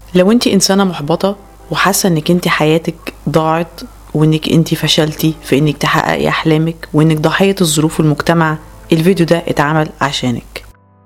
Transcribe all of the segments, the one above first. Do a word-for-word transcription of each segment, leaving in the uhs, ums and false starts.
لو انت انسانة محبطة وحاسة انك انت حياتك ضاعت وانك انت فشلتي في انك تحققي احلامك وانك ضحية الظروف والمجتمع، الفيديو ده اتعمل عشانك.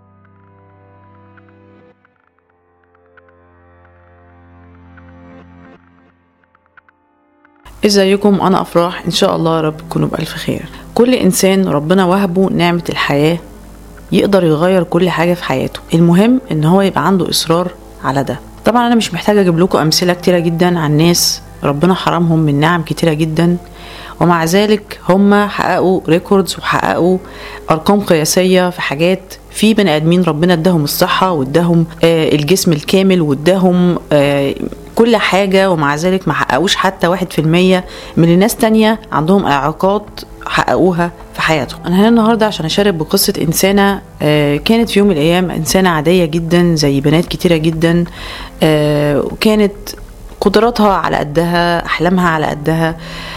ازيكم؟ انا افراح، ان شاء الله يا رب تكونوا بألف خير. كل انسان ربنا وهبه نعمة الحياة يقدر يغير كل حاجة في حياته، المهم ان هو يبقى عنده اصرار على ده. طبعا انا مش محتاجة اجيب لكم امثلة كتيرة جدا عن ناس ربنا حرمهم من نعم كتيرة جدا ومع ذلك هم حققوا ريكوردز وحققوا ارقام قياسية في حاجات. في بني ادمين ربنا اداهم الصحة واداهم آه الجسم الكامل واداهم آه كل حاجة ومع ذلك ما حققوش حتى واحد في المية من الناس تانية عندهم اعاقات حققوها في حياتهم. انا هنا النهاردة عشان اشارك بقصة انسانة آه كانت في يوم من الايام انسانة عادية جدا زي بنات كتيرة جدا، آه وكانت قدراتها على قدها، احلامها على قدها،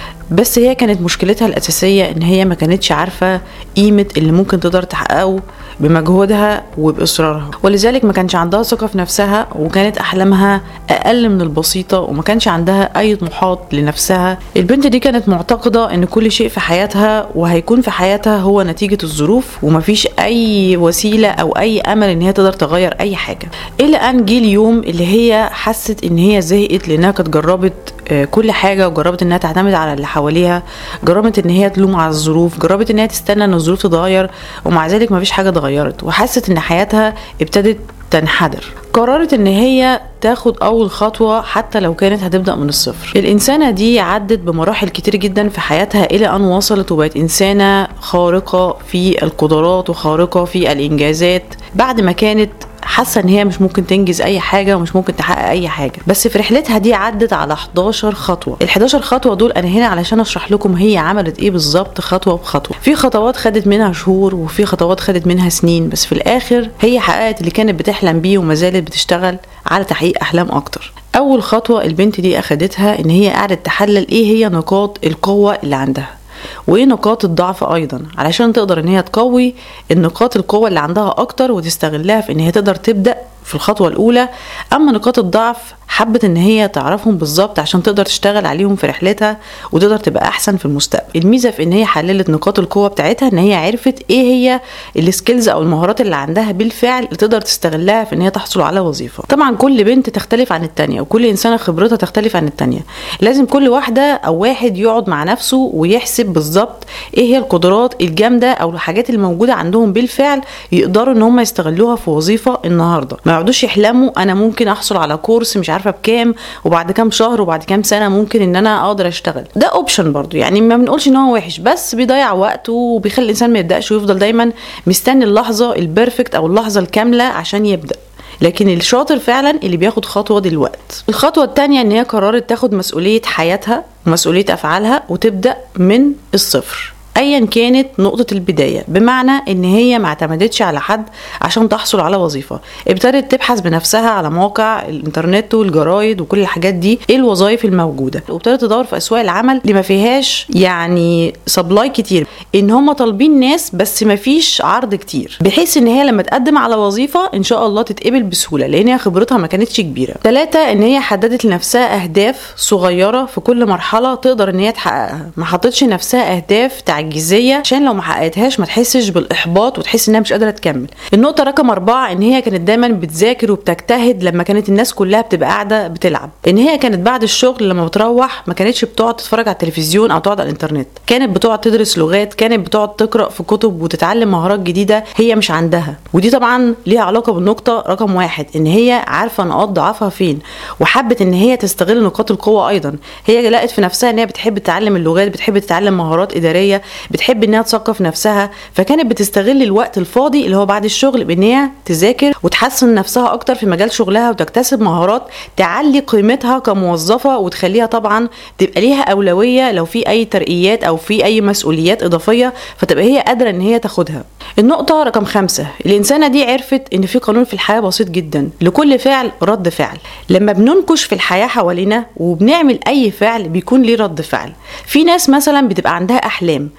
بس هي كانت مشكلتها الأساسية إن هي ما كانتش عارفة قيمة اللي ممكن تقدر تحققه بمجهودها وبإصرارها، ولذلك ما كانش عندها ثقة في نفسها وكانت أحلامها أقل من البسيطة وما كانش عندها أي طموحات لنفسها. البنت دي كانت معتقدة إن كل شيء في حياتها وهيكون في حياتها هو نتيجة الظروف ومفيش أي وسيلة أو أي أمل إن هي تقدر تغير أي حاجة، إلى أن جه اليوم اللي هي حست إن هي زهقت لأنها كانت جربت كل حاجة وجربت انها تعتمد على اللي حواليها، جربت ان هي تلوم على الظروف، جربت ان هي تستنى ان الظروف تتغير ومع ذلك مفيش حاجة اتغيرت وحست ان حياتها ابتدت تنحدر. قررت ان هي تاخد اول خطوة حتى لو كانت هتبدأ من الصفر. الانسانة دي عدت بمراحل كتير جدا في حياتها الى ان وصلت وبقت انسانة خارقة في القدرات وخارقة في الانجازات بعد ما كانت حاسه ان هي مش ممكن تنجز اي حاجه ومش ممكن تحقق اي حاجه. بس في رحلتها دي عدت على احداشر خطوه. ال احداشر خطوه دول انا هنا علشان اشرح لكم هي عملت ايه بالظبط خطوه بخطوه. في خطوات خدت منها شهور وفي خطوات خدت منها سنين، بس في الاخر هي حققت اللي كانت بتحلم بيه وما زالت بتشتغل على تحقيق احلام اكتر. اول خطوه البنت دي اخدتها ان هي قعدت تحلل ايه هي نقاط القوه اللي عندها وايه نقاط الضعف ايضا علشان تقدر ان هي تقوي النقاط القوة اللي عندها اكتر وتستغلها في ان هي تقدر تبدأ في الخطوة الاولى. اما نقاط الضعف حبت ان هي تعرفهم بالظبط عشان تقدر تشتغل عليهم في رحلتها وتقدر تبقى احسن في المستقبل. الميزة في ان هي حللت نقاط القوة بتاعتها ان هي عرفت ايه هي السكيلز او المهارات اللي عندها بالفعل اللي تقدر تستغلها في ان هي تحصل على وظيفة. طبعا كل بنت تختلف عن التانية وكل انسانة خبرتها تختلف عن التانية، لازم كل واحدة او واحد يقعد مع نفسه ويحسب بالظبط ايه هي القدرات الجامدة او الحاجات اللي موجودة عندهم بالفعل يقدروا ان هم يستغلوها في وظيفة النهاردة. ما يقعدوش يحلموا انا ممكن احصل على كورس مش عارفه بكام وبعد كام شهر وبعد كام سنه ممكن ان انا اقدر اشتغل. ده اوبشن برضو، يعني ما بنقولش ان هو وحش بس بيضيع وقته وبيخلي الانسان ما يبداش ويفضل دايما مستني اللحظه البيرفكت او اللحظه الكامله عشان يبدا. لكن الشاطر فعلا اللي بياخد خطوه دلوقتي. الخطوه الثانيه ان هي قررت تاخد مسؤوليه حياتها ومسؤوليه افعالها وتبدا من الصفر ايا كانت نقطة البداية، بمعنى ان هي ما اعتمدتش على حد عشان تحصل على وظيفة. ابتدت تبحث بنفسها على مواقع الانترنت والجرايد وكل الحاجات دي ايه الوظائف الموجودة، وابتدت تدور في اسواق العمل اللي ما فيهاش يعني سبلاي كتير، ان هم طالبين ناس بس ما فيش عرض كتير، بحيث ان هي لما تقدم على وظيفة ان شاء الله تتقبل بسهولة لان هي خبرتها ما كانتش كبيرة. ثلاثة ان هي حددت لنفسها اهداف صغيرة في كل مرحلة تقدر ان هي تحققها، ما حطتش نفسها اهداف تعجيزية عشان لو ما حققتهاش ما تحسش بالاحباط وتحس انها مش قادره تكمل. النقطه رقم أربعة ان هي كانت دايما بتذاكر وبتجتهد لما كانت الناس كلها بتبقى قاعده بتلعب. ان هي كانت بعد الشغل لما بتروح ما كانتش بتقعد تتفرج على التلفزيون او تقعد على الانترنت، كانت بتقعد تدرس لغات، كانت بتقعد تقرا في كتب وتتعلم مهارات جديده هي مش عندها. ودي طبعا ليها علاقه بالنقطه رقم واحد ان هي عارفه نقاط ضعفها فين وحبت ان هي تستغل نقاط القوه. ايضا هي لقت في نفسها ان هي بتحب تتعلم اللغات، بتحب تتعلم مهارات اداريه، بتحب انها تثقف نفسها، فكانت بتستغل الوقت الفاضي اللي هو بعد الشغل بان هي تذاكر وتحسن نفسها اكتر في مجال شغلها وتكتسب مهارات تعلي قيمتها كموظفه وتخليها طبعا تبقى ليها اولويه لو في اي ترقيات او في اي مسؤوليات اضافيه فتبقى هي قادره ان هي تاخدها. النقطه رقم خمسة، الانسانه دي عرفت ان في قانون في الحياه بسيط جدا، لكل فعل رد فعل. لما بننكش في الحياه حوالينا وبنعمل اي فعل بيكون ليه رد فعل. في ناس مثلا بتبقى عندها احلام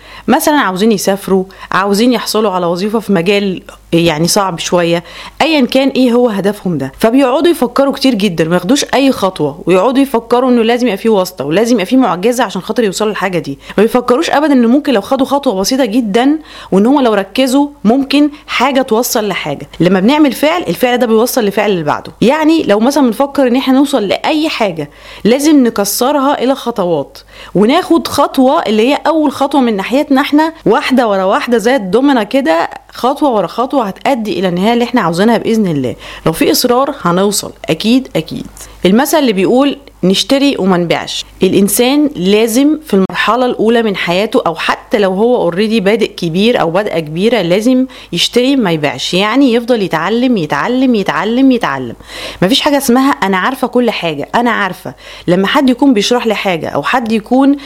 مثلا عاوزين يسافروا، عاوزين يحصلوا على وظيفة في مجال يعني صعب شوية، ايا كان ايه هو هدفهم ده. فبيقعدوا يفكروا كتير جدا، ما ياخدوش اي خطوة، ويقعدوا يفكروا انه لازم يبقى فيه واسطة ولازم يبقى فيه معجزة عشان خاطر يوصلوا للحاجة دي. ما بيفكروش ابدا ان ممكن لو خدوا خطوة بسيطة جدا وان هم لو ركزوا ممكن حاجة توصل لحاجة. لما بنعمل فعل، الفعل ده بيوصل لفعل اللي بعده. يعني لو مثلا بنفكر ان احنا نوصل لاي حاجة لازم نكسرها الى خطوات، وناخد خطوة اللي هي اول خطوة من ناحيتنا احنا، واحدة ورا واحدة زي الدومنة كده، خطوة ورا خطوة هتأدي الى النهاية اللي احنا عاوزينها بإذن الله. لو في اصرار هنوصل اكيد اكيد. المثل اللي بيقول نشتري وما نبيعش، الانسان لازم في المرحله الاولى من حياته او حتى لو هو اوريدي بادئ كبير او بادئه كبيره لازم يشتري ما يبيعش. يعني يفضل يتعلم يتعلم يتعلم يتعلم. مفيش حاجه اسمها انا عارفه كل حاجه. انا عارفه لما حد يكون بيشرح لي حاجه او حد يكون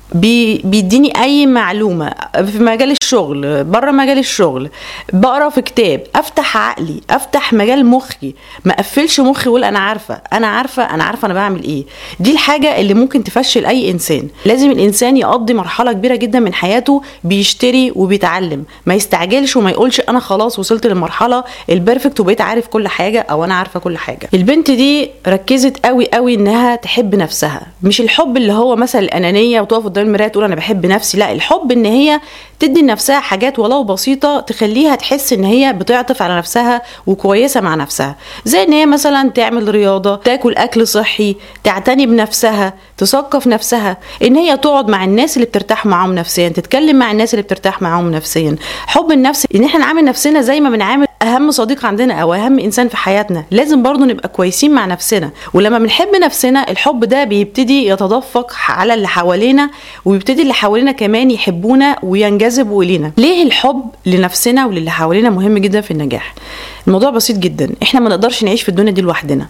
بي بيديني اي معلومه في مجال الشغل، بره مجال الشغل، بقرا في كتاب، افتح عقلي، افتح مجال مخي، ما اقفلش مخي واقول انا عارفه انا عارفه انا عارفه انا بعمل ايه. دي الحاجه اللي ممكن تفشل اي انسان. لازم الانسان يقضي مرحله كبيره جدا من حياته بيشتري وبيتعلم، ما يستعجلش وما يقولش انا خلاص وصلت للمرحله البرفكت وبقيت عارف كل حاجه او انا عارفه كل حاجه. البنت دي ركزت قوي قوي انها تحب نفسها، مش الحب اللي هو مثلا الانانيه وتقف قدام المرايه تقول انا بحب نفسي، لا، الحب ان هي تدي لنفسها حاجات ولو بسيطه تخليها تحس ان هي بتعطف على نفسها وكويسه مع نفسها، زي ان هي مثلا تعمل رياضه، تاكل اكل صحي، تعتني بنفسها، تثقف نفسها، ان هي تقعد مع الناس اللي بترتاح معاهم نفسيا، تتكلم مع الناس اللي بترتاح معاهم نفسيا. حب النفس ان احنا نعامل نفسنا زي ما بنعامل اهم صديق عندنا او اهم انسان في حياتنا. لازم برضو نبقى كويسين مع نفسنا، ولما بنحب نفسنا الحب ده بيبتدي يتدفق على اللي حوالينا، ويبتدي اللي حوالينا كمان يحبونا وينجذبوا الينا. ليه الحب لنفسنا وللي حوالينا مهم جدا في النجاح؟ الموضوع بسيط جدا، احنا ما نقدرش نعيش في الدنيا دي لوحدنا.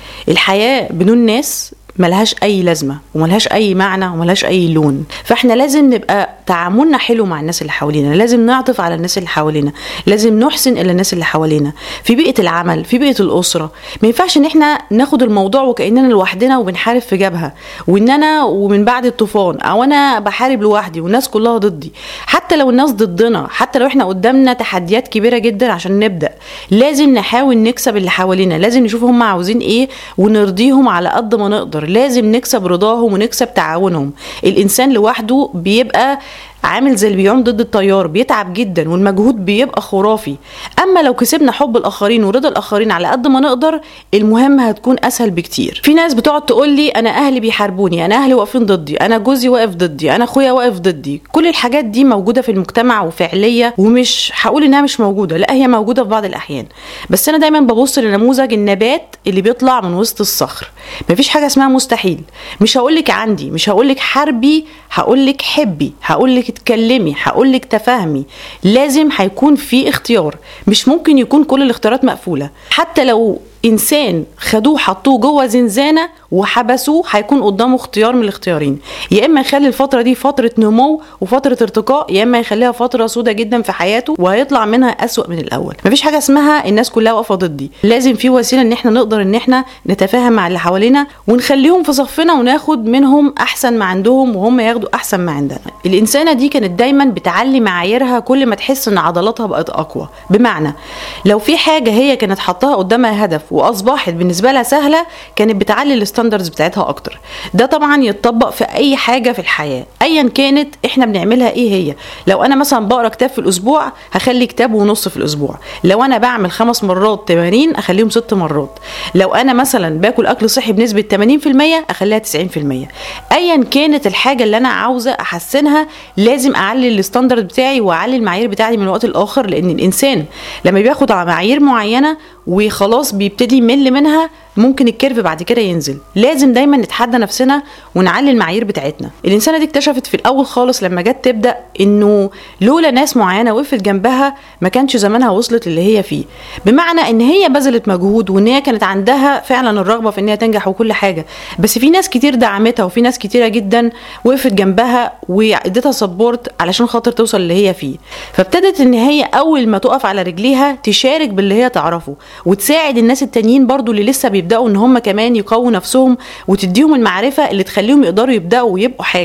الحياة بدون ناس ملهاش اي لازمه وملهاش اي معنى وملهاش اي لون. فاحنا لازم نبقى تعاملنا حلو مع الناس اللي حوالينا، لازم نعطف على الناس اللي حوالينا، لازم نحسن الى الناس اللي حوالينا في بيئه العمل، في بيئه الاسره. ما ينفعش ان احنا ناخد الموضوع وكاننا لوحدنا وبنحارب في جبهه، وان انا ومن بعد الطوفان، او انا بحارب لوحدي والناس كلها ضدي. حتى لو الناس ضدنا، حتى لو احنا قدامنا تحديات كبيره جدا عشان نبدا، لازم نحاول نكسب اللي حوالينا، لازم نشوف هم عاوزين ايه ونرضيهم على قد ما نقدر، لازم نكسب رضاهم ونكسب تعاونهم. الانسان لوحده بيبقى عامل زي اللي بيعوم ضد التيار، بيتعب جدا والمجهود بيبقى خرافي. اما لو كسبنا حب الاخرين ورضا الاخرين على قد ما نقدر، المهم هتكون اسهل بكتير. في ناس بتقعد تقول لي انا اهلي بيحاربوني، انا اهلي واقفين ضدي، انا جوزي واقف ضدي، انا اخويا واقف ضدي. كل الحاجات دي موجوده في المجتمع وفعليه، ومش هقول انها مش موجوده، لا، هي موجوده في بعض الاحيان. بس انا دايما ببص لنموذج النبات اللي بيطلع من وسط الصخر. مفيش حاجه اسمها مستحيل. مش هقولك عندي، مش هقولك حربي، هقولك حبي، هقولك تكلمي، هقولك تفهمي. لازم هيكون في اختيار، مش ممكن يكون كل الاختيارات مقفولة. حتى لو انسان خدوه حطوه جوه زنزانه وحبسوه، هيكون قدامه اختيار من الاختيارين، يا اما يخلي الفتره دي فتره نمو وفتره ارتقاء، يا اما يخليها فتره سودة جدا في حياته وهيطلع منها اسوأ من الاول. مفيش حاجه اسمها الناس كلها واقفه ضدي، لازم في وسيله ان احنا نقدر ان احنا نتفاهم مع اللي حوالينا ونخليهم في صفنا وناخد منهم احسن ما عندهم وهم ياخدوا احسن ما عندنا. الانسانه دي كانت دايما بتعلي معاييرها كل ما تحس ان عضلاتها بقت اقوى. بمعنى لو في حاجه هي كانت حطها قدامها هدف واصبحت بالنسبه لها سهله، كانت بتعلي الستاندردز بتاعتها اكتر. ده طبعا يتطبق في اي حاجه في الحياه ايا كانت احنا بنعملها ايه هي. لو انا مثلا بقرا كتاب في الاسبوع، هخلي كتاب ونص في الاسبوع. لو انا بعمل خمس مرات تمارين، اخليهم ست مرات. لو انا مثلا باكل اكل صحي بنسبه ثمانين في المية، اخليها تسعين في المية. ايا كانت الحاجه اللي انا عاوزه احسنها، لازم اعلي الستاندرد بتاعي واعلي المعايير بتاعتي من وقت لاخر. لان الانسان لما بياخد على معايير معينه وخلاص بيبتدي يمل منها، ممكن الكيرف بعد كده ينزل. لازم دايما نتحدى نفسنا ونعلي المعايير بتاعتنا. الانسانه دي اكتشفت في الاول خالص لما جت تبدا انه لولا ناس معينه وقفت جنبها ما كانش زمانها وصلت اللي هي فيه. بمعنى ان هي بذلت مجهود وان هي كانت عندها فعلا الرغبه في ان هي تنجح وكل حاجه، بس في ناس كتير دعمتها وفي ناس كتيره جدا وقفت جنبها واديتها سبورت علشان خاطر توصل اللي هي فيه. فابتدت ان هي اول ما تقف على رجليها تشارك باللي هي تعرفه وتساعد الناس التانيين برضو اللي لسه بيبداوا ان هم كمان يقووا نفسهم، وتديهم المعرفه اللي تخليهم يقدروا يبداوا ويبقوا حاجه.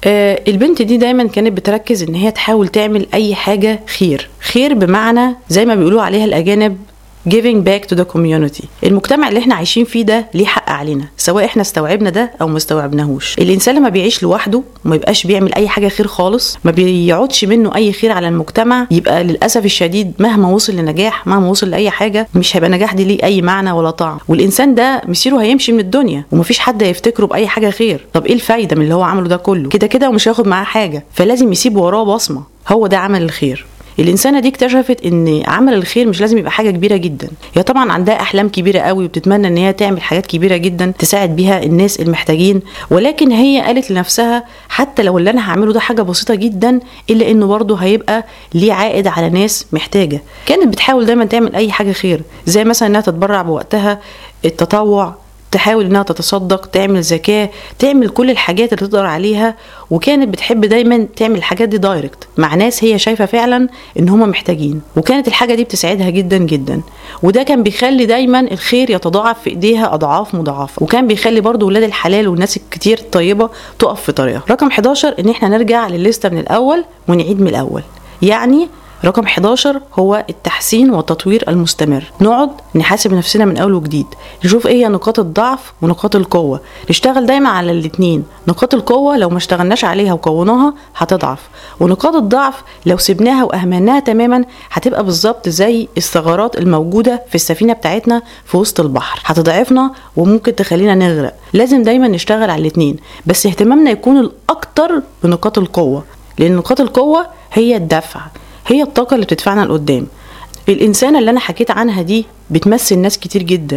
آه البنت دي دايما كانت بتركز ان هي تحاول تعمل اي حاجة خير. خير بمعنى زي ما بيقولوا عليها الاجانب giving back to the community. المجتمع اللي احنا عايشين فيه ده ليه حق علينا، سواء احنا استوعبنا ده او ما استوعبناهوش. الانسان لما بيعيش لوحده وما يبقاش بيعمل اي حاجه خير خالص، ما بيعودش منه اي خير على المجتمع، يبقى للاسف الشديد مهما وصل لنجاح، مهما وصل لاي حاجه، مش هيبقى نجاح دي ليه اي معنى ولا طعم، والانسان ده مسيره هيمشي من الدنيا ومفيش حد هيفتكره باي حاجه خير. طب ايه الفايده من اللي هو عمله ده كله؟ كده كده ومش هياخد معاه حاجه، فلازم يسيب وراه بصمه. هو ده عمل الخير. الإنسانة دي اكتشفت ان عمل الخير مش لازم يبقى حاجة كبيرة جدا. هي طبعا عندها احلام كبيرة قوي وبتتمنى ان هي تعمل حاجات كبيرة جدا تساعد بيها الناس المحتاجين، ولكن هي قالت لنفسها حتى لو اللي انا هعمله ده حاجة بسيطة جدا، الا انه برضه هيبقى ليه عائد على ناس محتاجة. كانت بتحاول دايما تعمل اي حاجة خير، زي مثلا انها تتبرع بوقتها، التطوع، تحاول انها تتصدق، تعمل زكاة، تعمل كل الحاجات اللي تقدر عليها. وكانت بتحب دايما تعمل الحاجات دي دايركت مع ناس هي شايفة فعلا ان هم محتاجين، وكانت الحاجة دي بتسعدها جدا جدا. وده كان بيخلي دايما الخير يتضاعف في ايديها اضعاف مضاعفة، وكان بيخلي برضو ولاد الحلال والناس الكتير الطيبة تقف في طريقها. رقم حداشر ان احنا نرجع للليستة من الاول ونعيد من الاول. يعني رقم حداشر هو التحسين والتطوير المستمر. نقعد نحاسب نفسنا من اول وجديد، نشوف ايه هي نقاط الضعف ونقاط القوه، نشتغل دايما على الاثنين. نقاط القوه لو ما اشتغلناش عليها وقوناها هتضعف، ونقاط الضعف لو سبناها واهملناها تماما هتبقى بالظبط زي الثغرات الموجوده في السفينه بتاعتنا في وسط البحر، هتضعفنا وممكن تخلينا نغرق. لازم دايما نشتغل على الاثنين، بس اهتمامنا يكون الاكتر بنقاط القوه، لان نقاط القوه هي الدفع، هي الطاقة اللي بتدفعنا لقدام. الإنسانة اللي أنا حكيت عنها دي بتمثل ناس كتير جدا،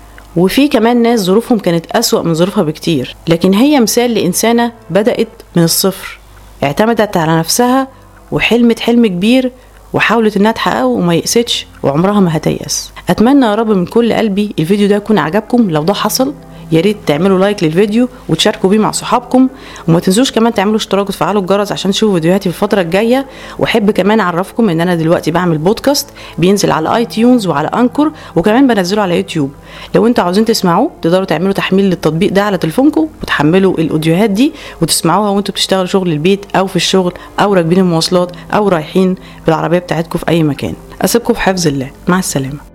وفي كمان ناس ظروفهم كانت أسوأ من ظروفها بكتير، لكن هي مثال لإنسانة بدأت من الصفر، اعتمدت على نفسها وحلمت حلم كبير وحاولت انها تحققه وما يأستش وعمرها ما هتيأس. أتمنى يا رب من كل قلبي الفيديو ده يكون عجبكم. لو ده حصل يا ريت تعملوا لايك للفيديو وتشاركوا بيه مع صحابكم، وما تنسوش كمان تعملوا اشتراك وتفعلوا الجرس عشان تشوفوا فيديوهاتي في الفتره الجايه. واحب كمان اعرفكم ان انا دلوقتي بعمل بودكاست بينزل على اي تيونز وعلى انكور، وكمان بنزله على يوتيوب. لو انتوا عاوزين تسمعوه تقدروا تعملوا تحميل للتطبيق ده على تليفونكم وتحملوا الاوديوهات دي وتسمعوها وانتوا بتشتغلوا شغل البيت او في الشغل او راكبين المواصلات او رايحين بالعربيه بتاعتكم في اي مكان. اسيبكم في حفظ الله، مع السلامه.